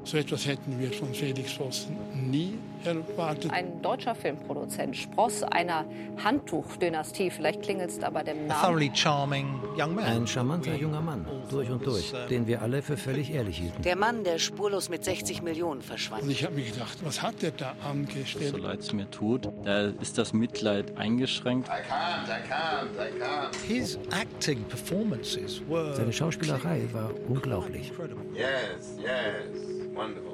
So etwas hätten wir von Felix Vossen nie erwartet. Ein deutscher Filmproduzent, Spross einer Handtuchdynastie, vielleicht klingelt es da bei dem Namen. Ein charmanter junger Mann, durch und durch, den wir alle für völlig ehrlich hielten. Der Mann, der spurlos mit 60 Millionen verschwand. Und ich habe mir gedacht, was hat der da angestellt? So leid es mir tut, da ist das Mitleid eingeschränkt. I can't. His acting performances were Seine Schauspielerei war unglaublich. Yes, wonderful.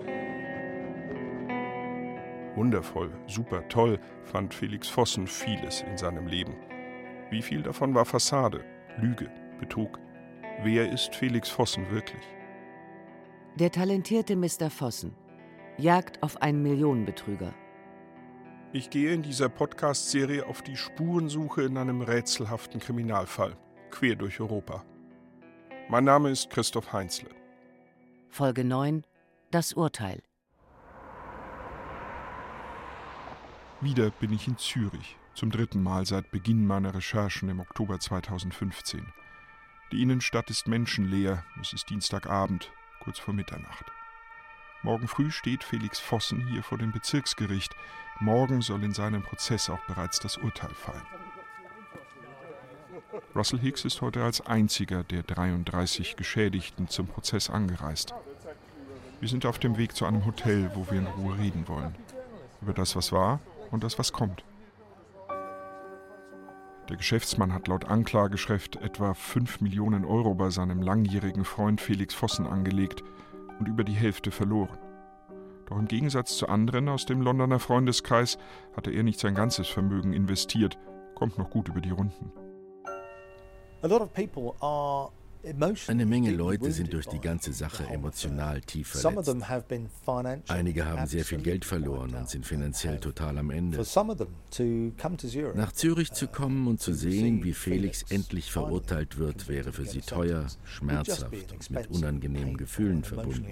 Wundervoll, super toll fand Felix Vossen vieles in seinem Leben. Wie viel davon war Fassade, Lüge, Betrug? Wer ist Felix Vossen wirklich? Der talentierte Mr. Vossen jagt auf einen Millionenbetrüger. Ich gehe in dieser Podcast-Serie auf die Spurensuche in einem rätselhaften Kriminalfall, quer durch Europa. Mein Name ist Christoph Heinzle. Folge 9: Das Urteil. Wieder bin ich in Zürich, zum 3. Mal seit Beginn meiner Recherchen im Oktober 2015. Die Innenstadt ist menschenleer, es ist Dienstagabend, kurz vor Mitternacht. Morgen früh steht Felix Vossen hier vor dem Bezirksgericht. Morgen soll in seinem Prozess auch bereits das Urteil fallen. Russell Hicks ist heute als einziger der 33 Geschädigten zum Prozess angereist. Wir sind auf dem Weg zu einem Hotel, wo wir in Ruhe reden wollen. Über das, was war und das, was kommt. Der Geschäftsmann hat laut Anklageschrift etwa 5 Millionen Euro bei seinem langjährigen Freund Felix Vossen angelegt und über die Hälfte verloren. Doch im Gegensatz zu anderen aus dem Londoner Freundeskreis hatte er nicht sein ganzes Vermögen investiert, kommt noch gut über die Runden. Eine Menge Leute sind durch die ganze Sache emotional tief verletzt. Einige haben sehr viel Geld verloren und sind finanziell total am Ende. Nach Zürich zu kommen und zu sehen, wie Felix endlich verurteilt wird, wäre für sie teuer, schmerzhaft und mit unangenehmen Gefühlen verbunden.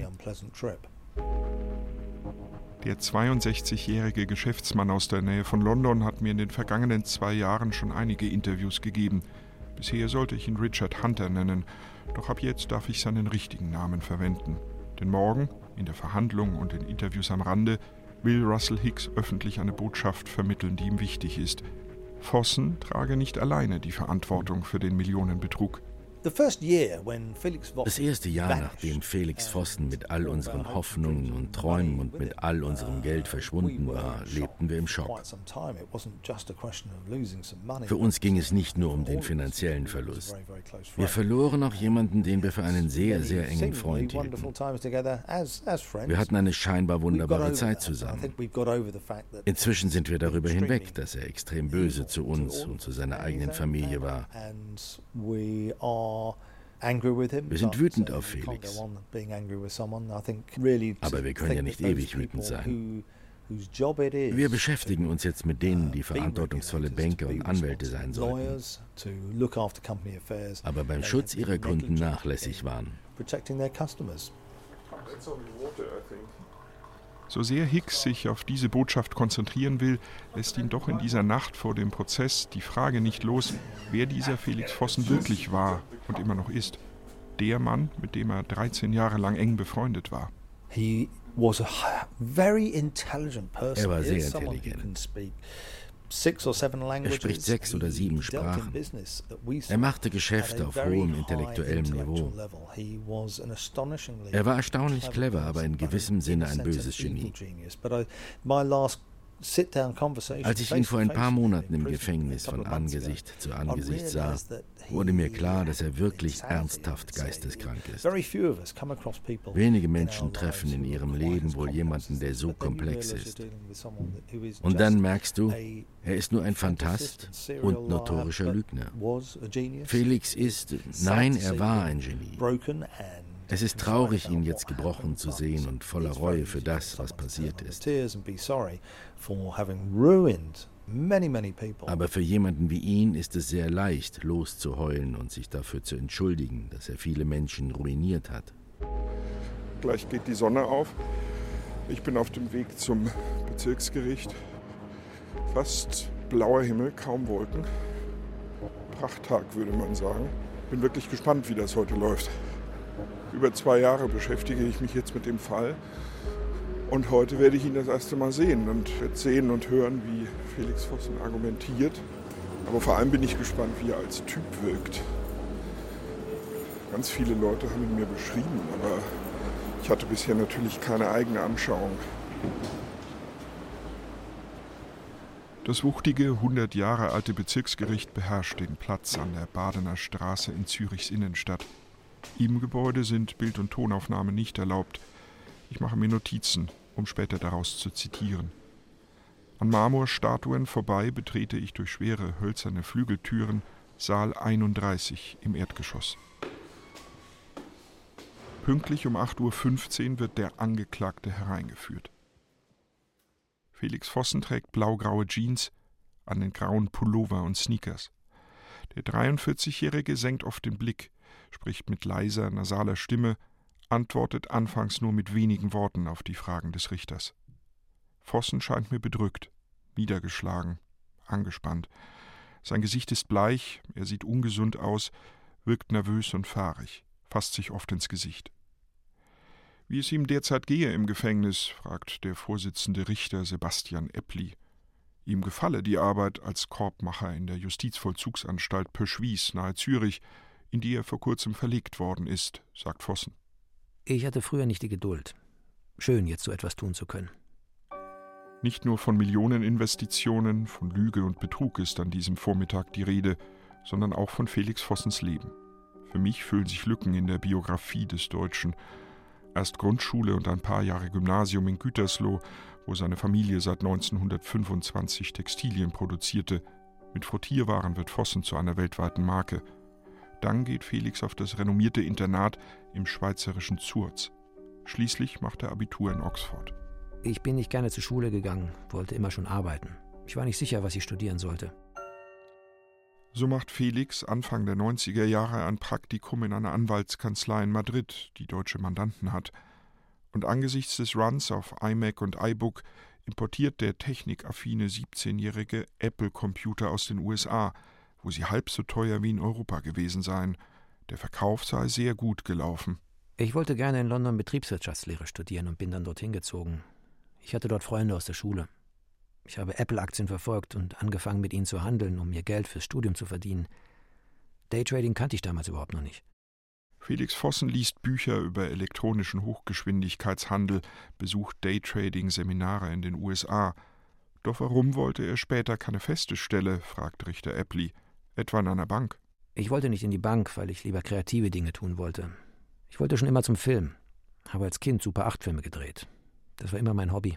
Der 62-jährige Geschäftsmann aus der Nähe von London hat mir in den vergangenen 2 Jahren schon einige Interviews gegeben. Bisher sollte ich ihn Richard Hunter nennen, doch ab jetzt darf ich seinen richtigen Namen verwenden. Denn morgen, in der Verhandlung und in Interviews am Rande, will Russell Hicks öffentlich eine Botschaft vermitteln, die ihm wichtig ist. Vossen trage nicht alleine die Verantwortung für den Millionenbetrug. Das erste Jahr, nachdem Felix Vossen mit all unseren Hoffnungen und Träumen und mit all unserem Geld verschwunden war, lebten wir im Schock. Für uns ging es nicht nur um den finanziellen Verlust. Wir verloren auch jemanden, den wir für einen sehr, sehr engen Freund hielten. Wir hatten eine scheinbar wunderbare Zeit zusammen. Inzwischen sind wir darüber hinweg, dass er extrem böse zu uns und zu seiner eigenen Familie war. Wir sind wütend auf Felix. Aber wir können ja nicht ewig wütend sein. Wir beschäftigen uns jetzt mit denen, die verantwortungsvolle Banker und Anwälte sein sollten, aber beim Schutz ihrer Kunden nachlässig waren. So sehr Hicks sich auf diese Botschaft konzentrieren will, lässt ihn doch in dieser Nacht vor dem Prozess die Frage nicht los, wer dieser Felix Vossen wirklich war und immer noch ist. Der Mann, mit dem er 13 Jahre lang eng befreundet war. Er war sehr intelligent. Er spricht 6 oder 7 Sprachen. Er machte Geschäfte auf hohem intellektuellem Niveau. Er war erstaunlich clever, aber in gewissem Sinne ein böses Genie. Als ich ihn vor ein paar Monaten im Gefängnis von Angesicht zu Angesicht sah, wurde mir klar, dass er wirklich ernsthaft geisteskrank ist. Wenige Menschen treffen in ihrem Leben wohl jemanden, der so komplex ist. Und dann merkst du, er ist nur ein Phantast und notorischer Lügner. Felix ist, nein, er war ein Genie. Es ist traurig, ihn jetzt gebrochen zu sehen und voller Reue für das, was passiert ist. Aber für jemanden wie ihn ist es sehr leicht, loszuheulen und sich dafür zu entschuldigen, dass er viele Menschen ruiniert hat. Gleich geht die Sonne auf. Ich bin auf dem Weg zum Bezirksgericht. Fast blauer Himmel, kaum Wolken. Prachttag, würde man sagen. Bin wirklich gespannt, wie das heute läuft. Über 2 Jahre beschäftige ich mich jetzt mit dem Fall. Und heute werde ich ihn das erste Mal sehen und werde sehen und hören, wie Felix Vossen argumentiert. Aber vor allem bin ich gespannt, wie er als Typ wirkt. Ganz viele Leute haben ihn mir beschrieben, aber ich hatte bisher natürlich keine eigene Anschauung. Das wuchtige, 100 Jahre alte Bezirksgericht beherrscht den Platz an der Badener Straße in Zürichs Innenstadt. Im Gebäude sind Bild- und Tonaufnahmen nicht erlaubt. Ich mache mir Notizen, um später daraus zu zitieren. An Marmorstatuen vorbei betrete ich durch schwere hölzerne Flügeltüren Saal 31 im Erdgeschoss. Pünktlich um 8:15 Uhr wird der Angeklagte hereingeführt. Felix Vossen trägt blaugraue Jeans, einen grauen Pullover und Sneakers. Der 43-Jährige senkt oft den Blick, spricht mit leiser, nasaler Stimme, antwortet anfangs nur mit wenigen Worten auf die Fragen des Richters. Vossen scheint mir bedrückt, niedergeschlagen, angespannt. Sein Gesicht ist bleich, er sieht ungesund aus, wirkt nervös und fahrig, fasst sich oft ins Gesicht. Wie es ihm derzeit gehe im Gefängnis, fragt der Vorsitzende Richter Sebastian Eppli. Ihm gefalle die Arbeit als Korbmacher in der Justizvollzugsanstalt Pöschwies nahe Zürich, in die er vor kurzem verlegt worden ist, sagt Vossen. Ich hatte früher nicht die Geduld. Schön, jetzt so etwas tun zu können. Nicht nur von Millioneninvestitionen, von Lüge und Betrug ist an diesem Vormittag die Rede, sondern auch von Felix Vossens Leben. Für mich füllen sich Lücken in der Biografie des Deutschen. Erst Grundschule und ein paar Jahre Gymnasium in Gütersloh, wo seine Familie seit 1925 Textilien produzierte. Mit Frottierwaren wird Vossen zu einer weltweiten Marke. Dann geht Felix auf das renommierte Internat im schweizerischen Zurz. Schließlich macht er Abitur in Oxford. Ich bin nicht gerne zur Schule gegangen, wollte immer schon arbeiten. Ich war nicht sicher, was ich studieren sollte. So macht Felix Anfang der 90er Jahre ein Praktikum in einer Anwaltskanzlei in Madrid, die deutsche Mandanten hat. Und angesichts des Runs auf iMac und iBook importiert der technikaffine 17-jährige Apple-Computer aus den USA, wo sie halb so teuer wie in Europa gewesen seien. Der Verkauf sei sehr gut gelaufen. Ich wollte gerne in London Betriebswirtschaftslehre studieren und bin dann dorthin gezogen. Ich hatte dort Freunde aus der Schule. Ich habe Apple-Aktien verfolgt und angefangen, mit ihnen zu handeln, um mir Geld fürs Studium zu verdienen. Daytrading kannte ich damals überhaupt noch nicht. Felix Vossen liest Bücher über elektronischen Hochgeschwindigkeitshandel, besucht Daytrading-Seminare in den USA. Doch warum wollte er später keine feste Stelle, fragt Richter Eppli, etwa in einer Bank? Ich wollte nicht in die Bank, weil ich lieber kreative Dinge tun wollte. Ich wollte schon immer zum Film, habe als Kind Super-8-Filme gedreht. Das war immer mein Hobby.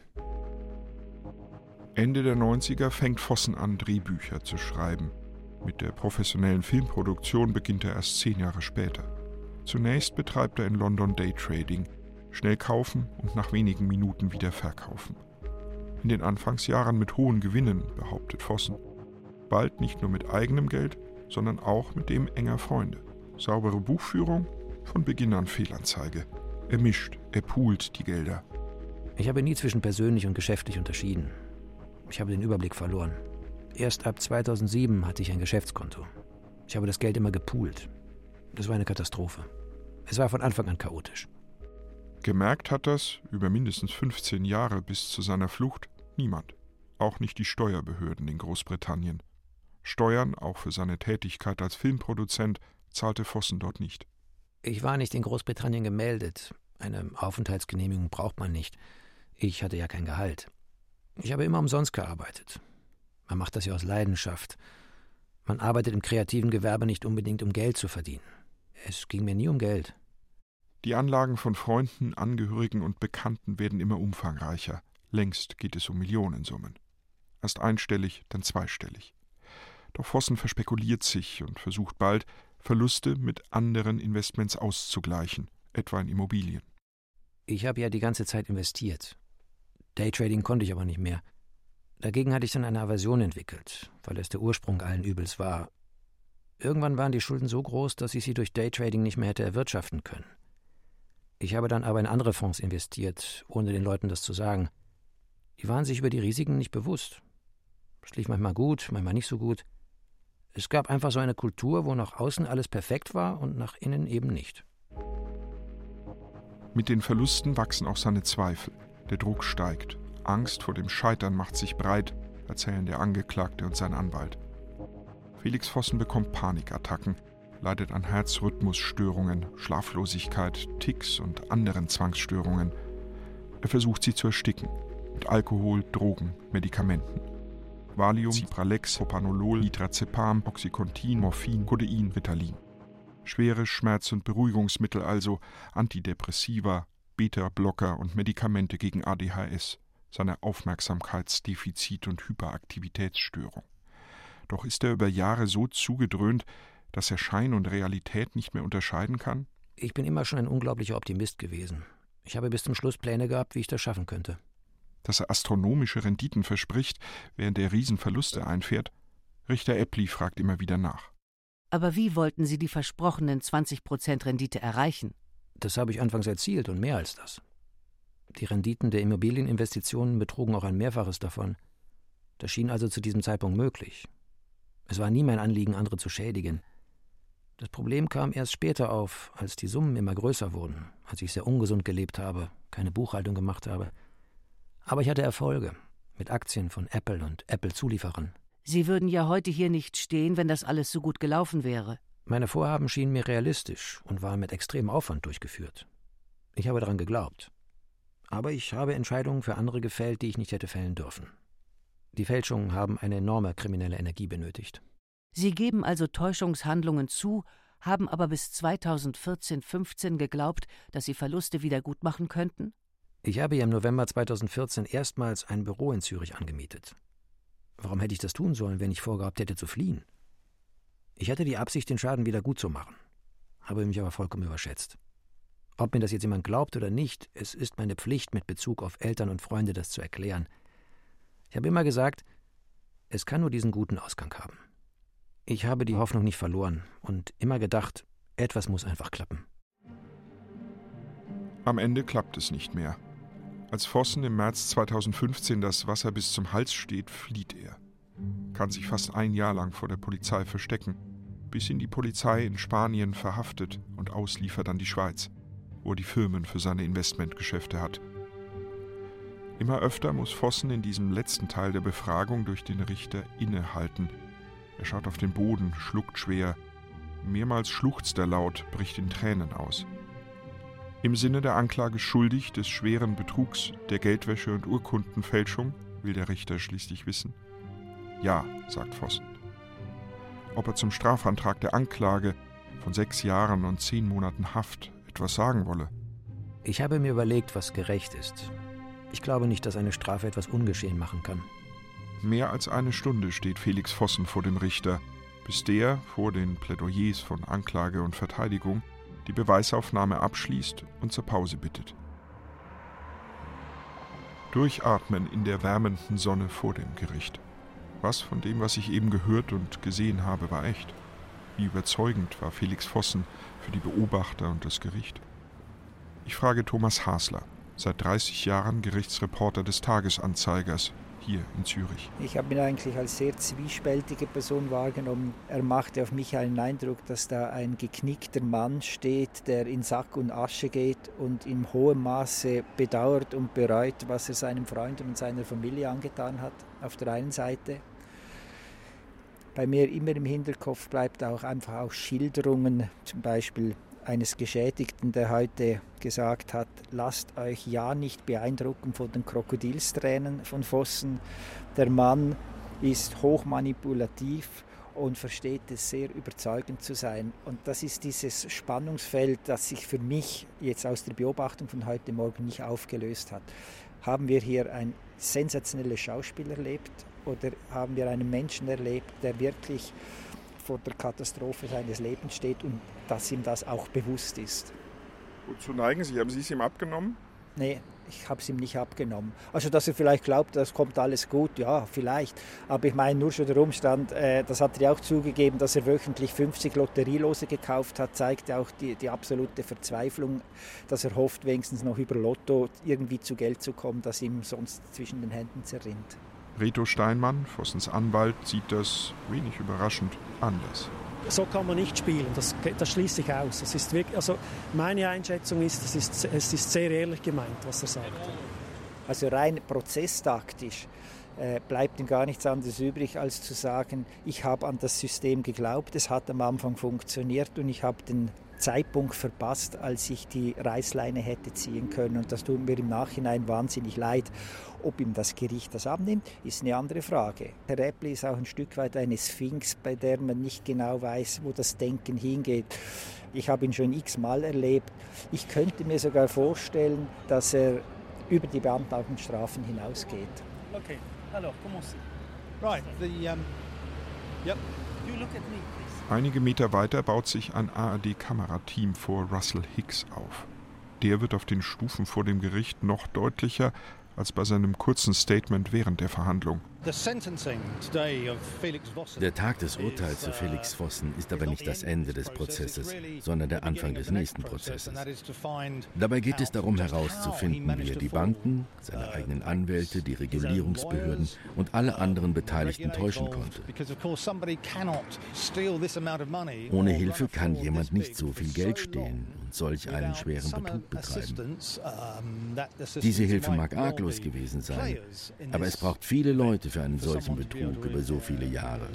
Ende der 90er fängt Vossen an, Drehbücher zu schreiben. Mit der professionellen Filmproduktion beginnt er erst 10 Jahre später. Zunächst betreibt er in London Daytrading, schnell kaufen und nach wenigen Minuten wieder verkaufen. In den Anfangsjahren mit hohen Gewinnen, behauptet Vossen. Bald nicht nur mit eigenem Geld, sondern auch mit dem enger Freunde. Saubere Buchführung, von Beginn an Fehlanzeige. Er mischt, er poolt die Gelder. Ich habe nie zwischen persönlich und geschäftlich unterschieden. Ich habe den Überblick verloren. Erst ab 2007 hatte ich ein Geschäftskonto. Ich habe das Geld immer gepoolt. Das war eine Katastrophe. Es war von Anfang an chaotisch. Gemerkt hat das, über mindestens 15 Jahre bis zu seiner Flucht, niemand. Auch nicht die Steuerbehörden in Großbritannien. Steuern, auch für seine Tätigkeit als Filmproduzent, zahlte Vossen dort nicht. Ich war nicht in Großbritannien gemeldet. Eine Aufenthaltsgenehmigung braucht man nicht. Ich hatte ja kein Gehalt. Ich habe immer umsonst gearbeitet. Man macht das ja aus Leidenschaft. Man arbeitet im kreativen Gewerbe nicht unbedingt, um Geld zu verdienen. Es ging mir nie um Geld. Die Anlagen von Freunden, Angehörigen und Bekannten werden immer umfangreicher. Längst geht es um Millionensummen. Erst einstellig, dann zweistellig. Doch Vossen verspekuliert sich und versucht bald, Verluste mit anderen Investments auszugleichen, etwa in Immobilien. Ich habe ja die ganze Zeit investiert. Daytrading konnte ich aber nicht mehr. Dagegen hatte ich dann eine Aversion entwickelt, weil es der Ursprung allen Übels war. Irgendwann waren die Schulden so groß, dass ich sie durch Daytrading nicht mehr hätte erwirtschaften können. Ich habe dann aber in andere Fonds investiert, ohne den Leuten das zu sagen. Die waren sich über die Risiken nicht bewusst. Es lief manchmal gut, manchmal nicht so gut. Es gab einfach so eine Kultur, wo nach außen alles perfekt war und nach innen eben nicht. Mit den Verlusten wachsen auch seine Zweifel. Der Druck steigt. Angst vor dem Scheitern macht sich breit, erzählen der Angeklagte und sein Anwalt. Felix Vossen bekommt Panikattacken, leidet an Herzrhythmusstörungen, Schlaflosigkeit, Tics und anderen Zwangsstörungen. Er versucht, sie zu ersticken. Mit Alkohol, Drogen, Medikamenten. Valium, Cipralex, Propranolol, Nitrazepam, Oxycontin, Morphin, Codein, Ritalin. Schwere Schmerz- und Beruhigungsmittel also, Antidepressiva, Beta-Blocker und Medikamente gegen ADHS, seine Aufmerksamkeitsdefizit- und Hyperaktivitätsstörung. Doch ist er über Jahre so zugedröhnt, dass er Schein und Realität nicht mehr unterscheiden kann? Ich bin immer schon ein unglaublicher Optimist gewesen. Ich habe bis zum Schluss Pläne gehabt, wie ich das schaffen könnte. Dass er astronomische Renditen verspricht, während er Riesenverluste einfährt? Richter Eppli fragt immer wieder nach. Aber wie wollten Sie die versprochenen 20% Rendite erreichen? Das habe ich anfangs erzielt und mehr als das. Die Renditen der Immobilieninvestitionen betrugen auch ein Mehrfaches davon. Das schien also zu diesem Zeitpunkt möglich. Es war nie mein Anliegen, andere zu schädigen. Das Problem kam erst später auf, als die Summen immer größer wurden, als ich sehr ungesund gelebt habe, keine Buchhaltung gemacht habe. Aber ich hatte Erfolge mit Aktien von Apple und Apple-Zulieferern. Sie würden ja heute hier nicht stehen, wenn das alles so gut gelaufen wäre. Meine Vorhaben schienen mir realistisch und waren mit extremem Aufwand durchgeführt. Ich habe daran geglaubt. Aber ich habe Entscheidungen für andere gefällt, die ich nicht hätte fällen dürfen. Die Fälschungen haben eine enorme kriminelle Energie benötigt. Sie geben also Täuschungshandlungen zu, haben aber bis 2014/15 geglaubt, dass Sie Verluste wieder gut machen könnten? Ich habe ja im November 2014 erstmals ein Büro in Zürich angemietet. Warum hätte ich das tun sollen, wenn ich vorgehabt hätte zu fliehen? Ich hatte die Absicht, den Schaden wieder gut zu machen, habe mich aber vollkommen überschätzt. Ob mir das jetzt jemand glaubt oder nicht, es ist meine Pflicht, mit Bezug auf Eltern und Freunde das zu erklären. Ich habe immer gesagt, es kann nur diesen guten Ausgang haben. Ich habe die Hoffnung nicht verloren und immer gedacht, etwas muss einfach klappen. Am Ende klappt es nicht mehr. Als Vossen im März 2015 das Wasser bis zum Hals steht, flieht er. Kann sich fast ein Jahr lang vor der Polizei verstecken, bis ihn die Polizei in Spanien verhaftet und ausliefert an die Schweiz, wo er die Firmen für seine Investmentgeschäfte hat. Immer öfter muss Vossen in diesem letzten Teil der Befragung durch den Richter innehalten. Er schaut auf den Boden, schluckt schwer. Mehrmals schluchzt er laut, bricht in Tränen aus. Im Sinne der Anklage schuldig des schweren Betrugs, der Geldwäsche und Urkundenfälschung, will der Richter schließlich wissen. Ja, sagt Vossen. Ob er zum Strafantrag der Anklage von 6 Jahren und 10 Monaten Haft etwas sagen wolle? Ich habe mir überlegt, was gerecht ist. Ich glaube nicht, dass eine Strafe etwas ungeschehen machen kann. Mehr als eine Stunde steht Felix Vossen vor dem Richter, bis der vor den Plädoyers von Anklage und Verteidigung die Beweisaufnahme abschließt und zur Pause bittet. Durchatmen in der wärmenden Sonne vor dem Gericht. Was von dem, was ich eben gehört und gesehen habe, war echt? Wie überzeugend war Felix Vossen für die Beobachter und das Gericht? Ich frage Thomas Hasler, seit 30 Jahren Gerichtsreporter des Tagesanzeigers, hier in Zürich. Ich habe ihn eigentlich als sehr zwiespältige Person wahrgenommen. Er machte auf mich einen Eindruck, dass da ein geknickter Mann steht, der in Sack und Asche geht und in hohem Maße bedauert und bereut, was er seinen Freunden und seiner Familie angetan hat, auf der einen Seite. Bei mir immer im Hinterkopf bleibt auch einfach auch Schilderungen, zum Beispiel eines Geschädigten, der heute gesagt hat, lasst euch ja nicht beeindrucken von den Krokodilstränen von Vossen. Der Mann ist hochmanipulativ und versteht es sehr überzeugend zu sein. Und das ist dieses Spannungsfeld, das sich für mich jetzt aus der Beobachtung von heute Morgen nicht aufgelöst hat. Haben wir hier ein sensationelles Schauspiel erlebt oder haben wir einen Menschen erlebt, der wirklich vor der Katastrophe seines Lebens steht und dass ihm das auch bewusst ist? Wozu neigen Sie? Haben Sie es ihm abgenommen? Nee, ich habe es ihm nicht abgenommen. Also, dass er vielleicht glaubt, das kommt alles gut, ja, vielleicht. Aber ich meine, nur schon der Umstand, das hat er ja auch zugegeben, dass er wöchentlich 50 Lotterielose gekauft hat, zeigt ja auch die absolute Verzweiflung, dass er hofft, wenigstens noch über Lotto irgendwie zu Geld zu kommen, das ihm sonst zwischen den Händen zerrinnt. Reto Steinmann, Vossens Anwalt, sieht das, wenig überraschend, anders. so kann man nicht spielen, das schließt sich aus. Das ist wirklich, also meine Einschätzung ist, es ist sehr ehrlich gemeint, was er sagt. Also rein prozesstaktisch bleibt ihm gar nichts anderes übrig, als zu sagen, ich habe an das System geglaubt, es hat am Anfang funktioniert und ich habe den Zeitpunkt verpasst, als ich die Reißleine hätte ziehen können. Und das tut mir im Nachhinein wahnsinnig leid. Ob ihm das Gericht das abnimmt, ist eine andere Frage. Herr Räppli ist auch ein Stück weit eine Sphinx, bei der man nicht genau weiß, wo das Denken hingeht. Ich habe ihn schon x-mal erlebt. Ich könnte mir sogar vorstellen, dass er über die beantragten Strafen hinausgeht. Okay, alors, commencez. Right, yep. You look at me. Einige Meter weiter baut sich ein ARD-Kamerateam vor Russell Hicks auf. Der wird auf den Stufen vor dem Gericht noch deutlicher als bei seinem kurzen Statement während der Verhandlung. Der Tag des Urteils für Felix Vossen ist aber nicht das Ende des Prozesses, sondern der Anfang des nächsten Prozesses. Dabei geht es darum herauszufinden, wie er die Banken, seine eigenen Anwälte, die Regulierungsbehörden und alle anderen Beteiligten täuschen konnte. Ohne Hilfe kann jemand nicht so viel Geld stehlen und solch einen schweren Betrug betreiben. Diese Hilfe mag arglos gewesen sein, aber es braucht viele Leute für einen solchen Betrug über so viele Jahre.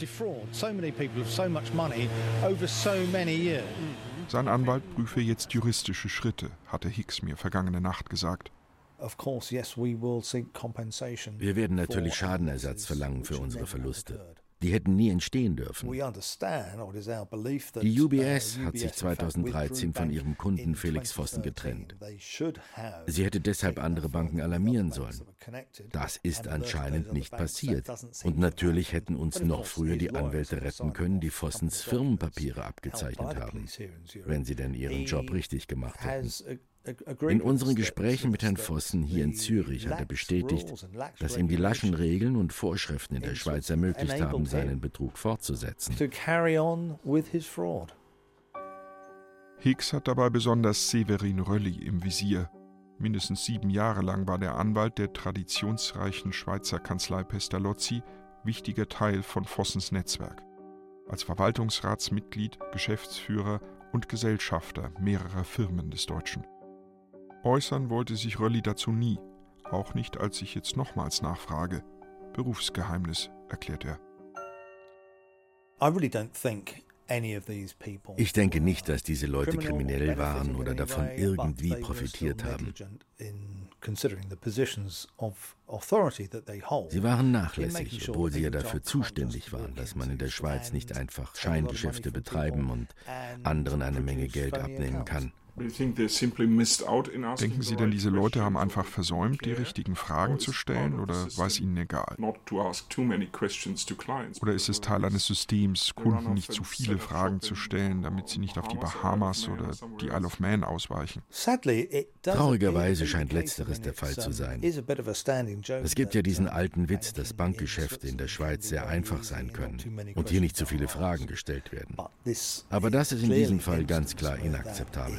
Sein Anwalt prüfe jetzt juristische Schritte, hatte Hicks mir vergangene Nacht gesagt. Wir werden natürlich Schadenersatz verlangen für unsere Verluste. Die hätten nie entstehen dürfen. Die UBS hat sich 2013 von ihrem Kunden Felix Vossen getrennt. Sie hätte deshalb andere Banken alarmieren sollen. Das ist anscheinend nicht passiert. Und natürlich hätten uns noch früher die Anwälte retten können, die Vossens Firmenpapiere abgezeichnet haben, wenn sie denn ihren Job richtig gemacht hätten. In unseren Gesprächen mit Herrn Vossen hier in Zürich hat er bestätigt, dass ihm die laschen Regeln und Vorschriften in der Schweiz ermöglicht haben, seinen Betrug fortzusetzen. Hicks hat dabei besonders Severin Rölli im Visier. Mindestens 7 Jahre lang war der Anwalt der traditionsreichen Schweizer Kanzlei Pestalozzi wichtiger Teil von Vossens Netzwerk. Als Verwaltungsratsmitglied, Geschäftsführer und Gesellschafter mehrerer Firmen des Deutschen. Äußern wollte sich Rölli dazu nie, auch nicht, als ich jetzt nochmals nachfrage. Berufsgeheimnis, erklärt er. Ich denke nicht, dass diese Leute kriminell waren oder davon irgendwie profitiert haben. Sie waren nachlässig, obwohl sie ja dafür zuständig waren, dass man in der Schweiz nicht einfach Scheingeschäfte betreiben und anderen eine Menge Geld abnehmen kann. Denken Sie denn, diese Leute haben einfach versäumt, die richtigen Fragen zu stellen, oder war es ihnen egal? Oder ist es Teil eines Systems, Kunden nicht zu viele Fragen zu stellen, damit sie nicht auf die Bahamas oder die Isle of Man ausweichen? Traurigerweise scheint Letzteres der Fall zu sein. Es gibt ja diesen alten Witz, dass Bankgeschäfte in der Schweiz sehr einfach sein können und hier nicht zu viele Fragen gestellt werden. Aber das ist in diesem Fall ganz klar inakzeptabel.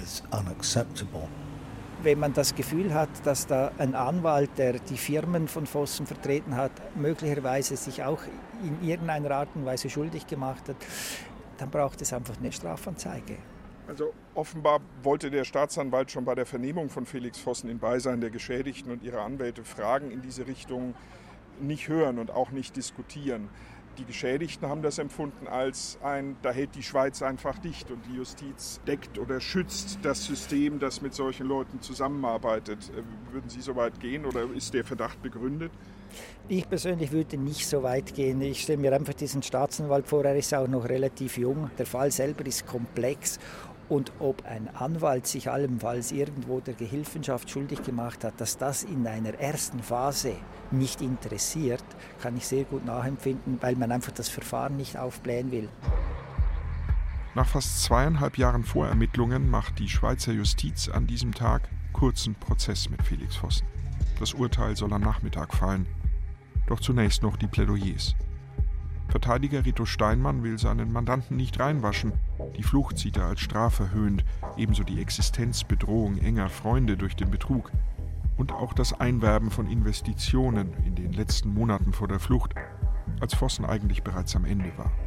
Wenn man das Gefühl hat, dass da ein Anwalt, der die Firmen von Vossen vertreten hat, möglicherweise sich auch in irgendeiner Art und Weise schuldig gemacht hat, dann braucht es einfach eine Strafanzeige. Also offenbar wollte der Staatsanwalt schon bei der Vernehmung von Felix Vossen in Beisein der Geschädigten und ihrer Anwälte Fragen in diese Richtung nicht hören und auch nicht diskutieren. Die Geschädigten haben das empfunden als da hält die Schweiz einfach dicht und die Justiz deckt oder schützt das System, das mit solchen Leuten zusammenarbeitet. Würden Sie so weit gehen oder ist der Verdacht begründet? Ich persönlich würde nicht so weit gehen. Ich stelle mir einfach diesen Staatsanwalt vor, er ist auch noch relativ jung. Der Fall selber ist komplex. Und ob ein Anwalt sich allenfalls irgendwo der Gehilfenschaft schuldig gemacht hat, dass das in einer ersten Phase nicht interessiert, kann ich sehr gut nachempfinden, weil man einfach das Verfahren nicht aufblähen will. Nach fast 2,5 Jahren Vorermittlungen macht die Schweizer Justiz an diesem Tag kurzen Prozess mit Felix Vossen. Das Urteil soll am Nachmittag fallen. Doch zunächst noch die Plädoyers. Verteidiger Rito Steinmann will seinen Mandanten nicht reinwaschen. Die Flucht sieht er als strafverhöhnend, ebenso die Existenzbedrohung enger Freunde durch den Betrug. Und auch das Einwerben von Investitionen in den letzten Monaten vor der Flucht, als Vossen eigentlich bereits am Ende war.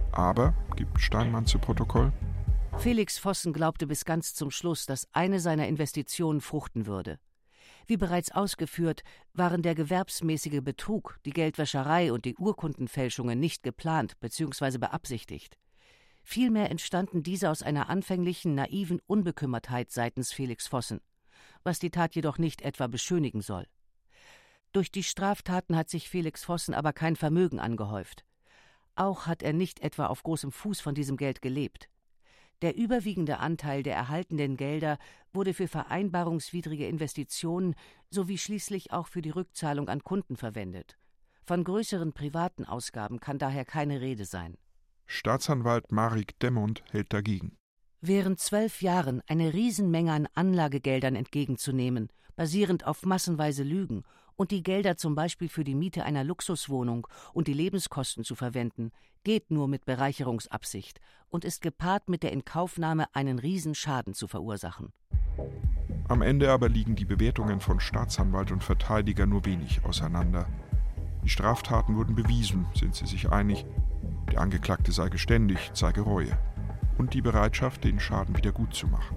Aber, gibt Steinmann zu Protokoll, Felix Vossen glaubte bis ganz zum Schluss, dass eine seiner Investitionen fruchten würde. Wie bereits ausgeführt, waren der gewerbsmäßige Betrug, die Geldwäscherei und die Urkundenfälschungen nicht geplant bzw. beabsichtigt. Vielmehr entstanden diese aus einer anfänglichen, naiven Unbekümmertheit seitens Felix Vossen, was die Tat jedoch nicht etwa beschönigen soll. Durch die Straftaten hat sich Felix Vossen aber kein Vermögen angehäuft. Auch hat er nicht etwa auf großem Fuß von diesem Geld gelebt. Der überwiegende Anteil der erhaltenen Gelder wurde für vereinbarungswidrige Investitionen sowie schließlich auch für die Rückzahlung an Kunden verwendet. Von größeren privaten Ausgaben kann daher keine Rede sein. Staatsanwalt Marek Demont hält dagegen. Während 12 Jahren eine Riesenmenge an Anlagegeldern entgegenzunehmen, basierend auf massenweise Lügen, und die Gelder zum Beispiel für die Miete einer Luxuswohnung und die Lebenskosten zu verwenden, geht nur mit Bereicherungsabsicht und ist gepaart mit der Inkaufnahme, einen Riesenschaden zu verursachen. Am Ende aber liegen die Bewertungen von Staatsanwalt und Verteidiger nur wenig auseinander. Die Straftaten wurden bewiesen, sind sie sich einig. Der Angeklagte sei geständig, zeige Reue. Und die Bereitschaft, den Schaden wieder gutzumachen.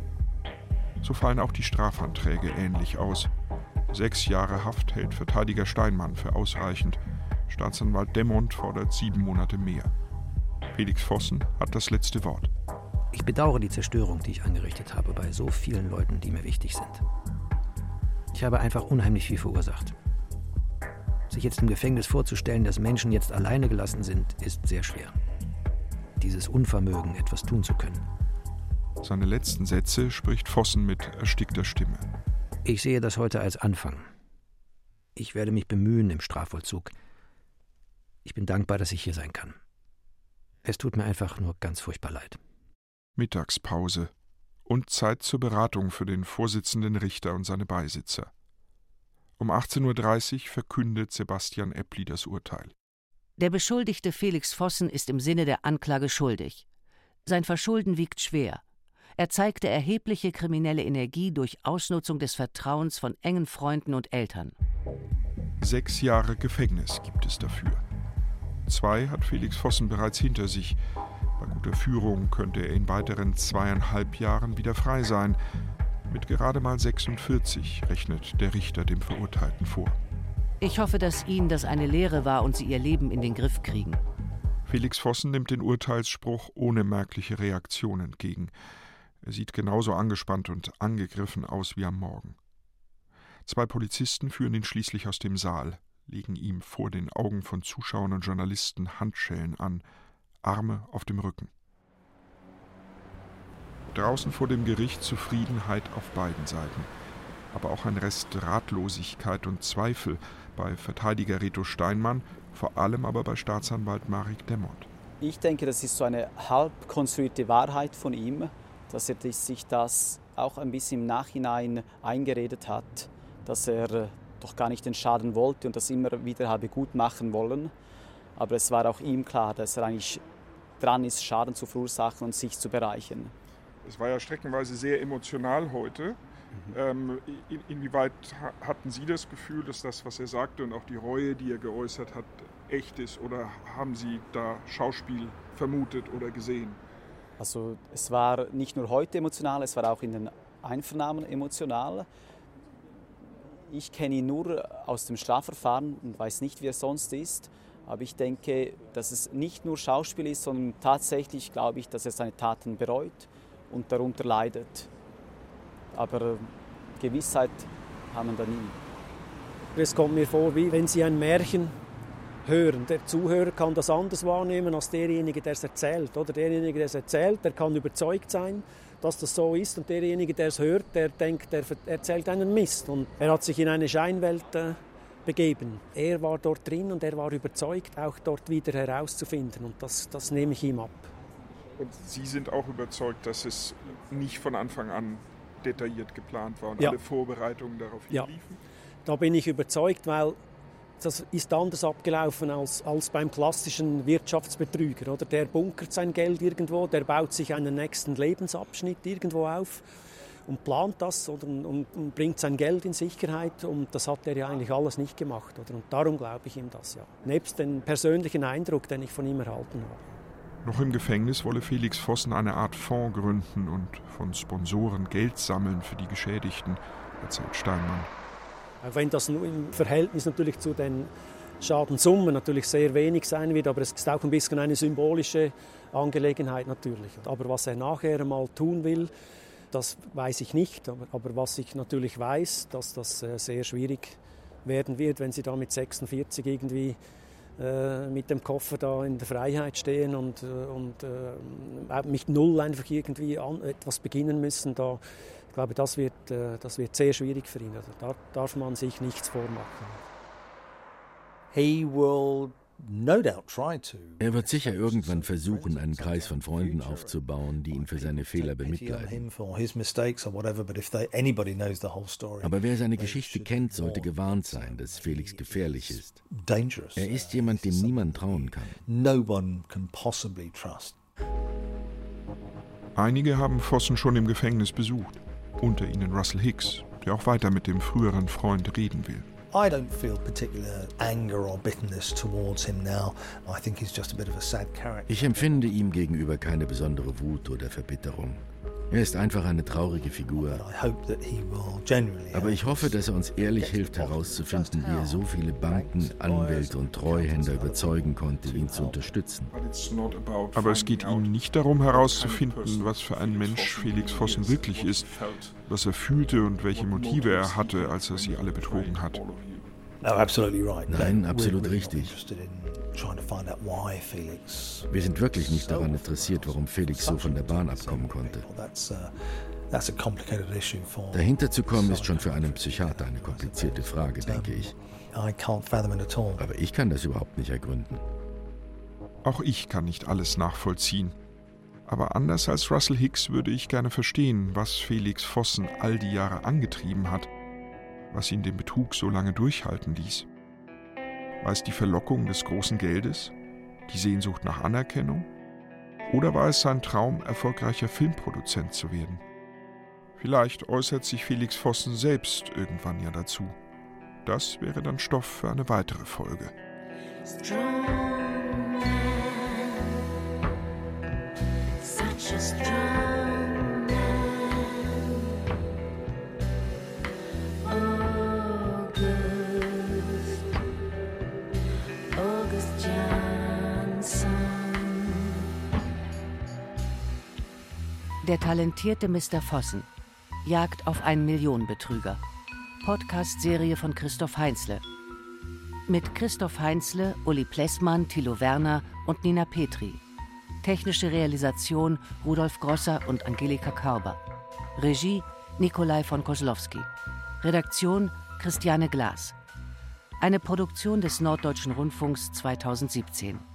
So fallen auch die Strafanträge ähnlich aus. 6 Jahre Haft hält Verteidiger Steinmann für ausreichend. Staatsanwalt Demont fordert 7 Monate mehr. Felix Vossen hat das letzte Wort. Ich bedauere die Zerstörung, die ich angerichtet habe bei so vielen Leuten, die mir wichtig sind. Ich habe einfach unheimlich viel verursacht. Sich jetzt im Gefängnis vorzustellen, dass Menschen jetzt alleine gelassen sind, ist sehr schwer. Dieses Unvermögen, etwas tun zu können. Seine letzten Sätze spricht Vossen mit erstickter Stimme. Ich sehe das heute als Anfang. Ich werde mich bemühen im Strafvollzug. Ich bin dankbar, dass ich hier sein kann. Es tut mir einfach nur ganz furchtbar leid. Mittagspause und Zeit zur Beratung für den Vorsitzenden Richter und seine Beisitzer. Um 18:30 Uhr verkündet Sebastian Eppli das Urteil. Der Beschuldigte Felix Vossen ist im Sinne der Anklage schuldig. Sein Verschulden wiegt schwer. Er zeigte erhebliche kriminelle Energie durch Ausnutzung des Vertrauens von engen Freunden und Eltern. 6 Jahre Gefängnis gibt es dafür. 2 hat Felix Vossen bereits hinter sich. Bei guter Führung könnte er in weiteren 2,5 Jahren wieder frei sein. Mit gerade mal 46 rechnet der Richter dem Verurteilten vor. Ich hoffe, dass Ihnen das eine Lehre war und Sie Ihr Leben in den Griff kriegen. Felix Vossen nimmt den Urteilsspruch ohne merkliche Reaktion entgegen. Er sieht genauso angespannt und angegriffen aus wie am Morgen. 2 Polizisten führen ihn schließlich aus dem Saal, legen ihm vor den Augen von Zuschauern und Journalisten Handschellen an, Arme auf dem Rücken. Draußen vor dem Gericht Zufriedenheit auf beiden Seiten, aber auch ein Rest Ratlosigkeit und Zweifel bei Verteidiger Reto Steinmann, vor allem aber bei Staatsanwalt Marek Demont. Ich denke, das ist so eine halb konstruierte Wahrheit von ihm, dass er sich das auch ein bisschen im Nachhinein eingeredet hat, dass er doch gar nicht den Schaden wollte und das immer wieder habe gut machen wollen. Aber es war auch ihm klar, dass er eigentlich dran ist, Schaden zu verursachen und sich zu bereichern. Es war ja streckenweise sehr emotional heute. Inwieweit hatten Sie das Gefühl, dass das, was er sagte und auch die Reue, die er geäußert hat, echt ist? Oder haben Sie da Schauspiel vermutet oder gesehen? Also es war nicht nur heute emotional, es war auch in den Einvernahmen emotional. Ich kenne ihn nur aus dem Strafverfahren und weiß nicht, wie er sonst ist. Aber ich denke, dass es nicht nur Schauspiel ist, sondern tatsächlich glaube ich, dass er seine Taten bereut und darunter leidet. Aber Gewissheit haben wir da nie. Es kommt mir vor, wie wenn Sie ein Märchen hören. Der Zuhörer kann das anders wahrnehmen als derjenige, der es erzählt. Oder derjenige, der es erzählt, der kann überzeugt sein, dass das so ist. Und derjenige, der es hört, der denkt, der erzählt einen Mist. Und er hat sich in eine Scheinwelt begeben. Er war dort drin und er war überzeugt, auch dort wieder herauszufinden. Und das nehme ich ihm ab. Und Sie sind auch überzeugt, dass es nicht von Anfang an detailliert geplant war und ja. alle Vorbereitungen darauf hinliefen? Ja, da bin ich überzeugt, weil das ist anders abgelaufen als beim klassischen Wirtschaftsbetrüger. Oder? Der bunkert sein Geld irgendwo, der baut sich einen nächsten Lebensabschnitt irgendwo auf und plant das oder, und bringt sein Geld in Sicherheit. Und das hat er ja eigentlich alles nicht gemacht. Oder? Und darum glaube ich ihm das, ja. Nebst dem persönlichen Eindruck, den ich von ihm erhalten habe. Noch im Gefängnis wolle Felix Vossen eine Art Fonds gründen und von Sponsoren Geld sammeln für die Geschädigten, erzählt Steinmann. Auch wenn das nur im Verhältnis natürlich zu den Schadenssummen natürlich sehr wenig sein wird, aber es ist auch ein bisschen eine symbolische Angelegenheit natürlich. Aber was er nachher mal tun will, das weiß ich nicht. Aber was ich natürlich weiß, dass das sehr schwierig werden wird, wenn sie da mit 46 irgendwie mit dem Koffer da in der Freiheit stehen und mit null einfach irgendwie etwas beginnen müssen. Ich glaube, das wird sehr schwierig für ihn. Also da darf man sich nichts vormachen. Er wird sicher irgendwann versuchen, einen Kreis von Freunden aufzubauen, die ihn für seine Fehler bemitleiden. Aber wer seine Geschichte kennt, sollte gewarnt sein, dass Felix gefährlich ist. Er ist jemand, dem niemand trauen kann. Einige haben Vossen schon im Gefängnis besucht, unter ihnen Russell Hicks, der auch weiter mit dem früheren Freund reden will. I don't feel particular anger or bitterness towards him now. I think he's just a bit of a sad character. Ich empfinde ihm gegenüber keine besondere Wut oder Verbitterung. Er ist einfach eine traurige Figur. Aber ich hoffe, dass er uns ehrlich hilft herauszufinden, wie er so viele Banken, Anwälte und Treuhänder überzeugen konnte, ihn zu unterstützen. Aber es geht ihm nicht darum herauszufinden, was für ein Mensch Felix Vossen wirklich ist, was er fühlte und welche Motive er hatte, als er sie alle betrogen hat. Nein, absolut richtig. Wir sind wirklich nicht daran interessiert, warum Felix so von der Bahn abkommen konnte. Dahinter zu kommen, ist schon für einen Psychiater eine komplizierte Frage, denke ich. Aber ich kann das überhaupt nicht ergründen. Auch ich kann nicht alles nachvollziehen. Aber anders als Russell Hicks würde ich gerne verstehen, was Felix Vossen all die Jahre angetrieben hat, was ihn den Betrug so lange durchhalten ließ. War es die Verlockung des großen Geldes, die Sehnsucht nach Anerkennung? Oder war es sein Traum, erfolgreicher Filmproduzent zu werden? Vielleicht äußert sich Felix Vossen selbst irgendwann ja dazu. Das wäre dann Stoff für eine weitere Folge. Der talentierte Mr. Vossen. Jagd auf einen Millionenbetrüger. Podcast-Serie von Christoph Heinzle. Mit Christoph Heinzle, Uli Plessmann, Thilo Werner und Nina Petri. Technische Realisation Rudolf Grosser und Angelika Körber. Regie Nikolai von Koslowski. Redaktion Christiane Glas. Eine Produktion des Norddeutschen Rundfunks 2017.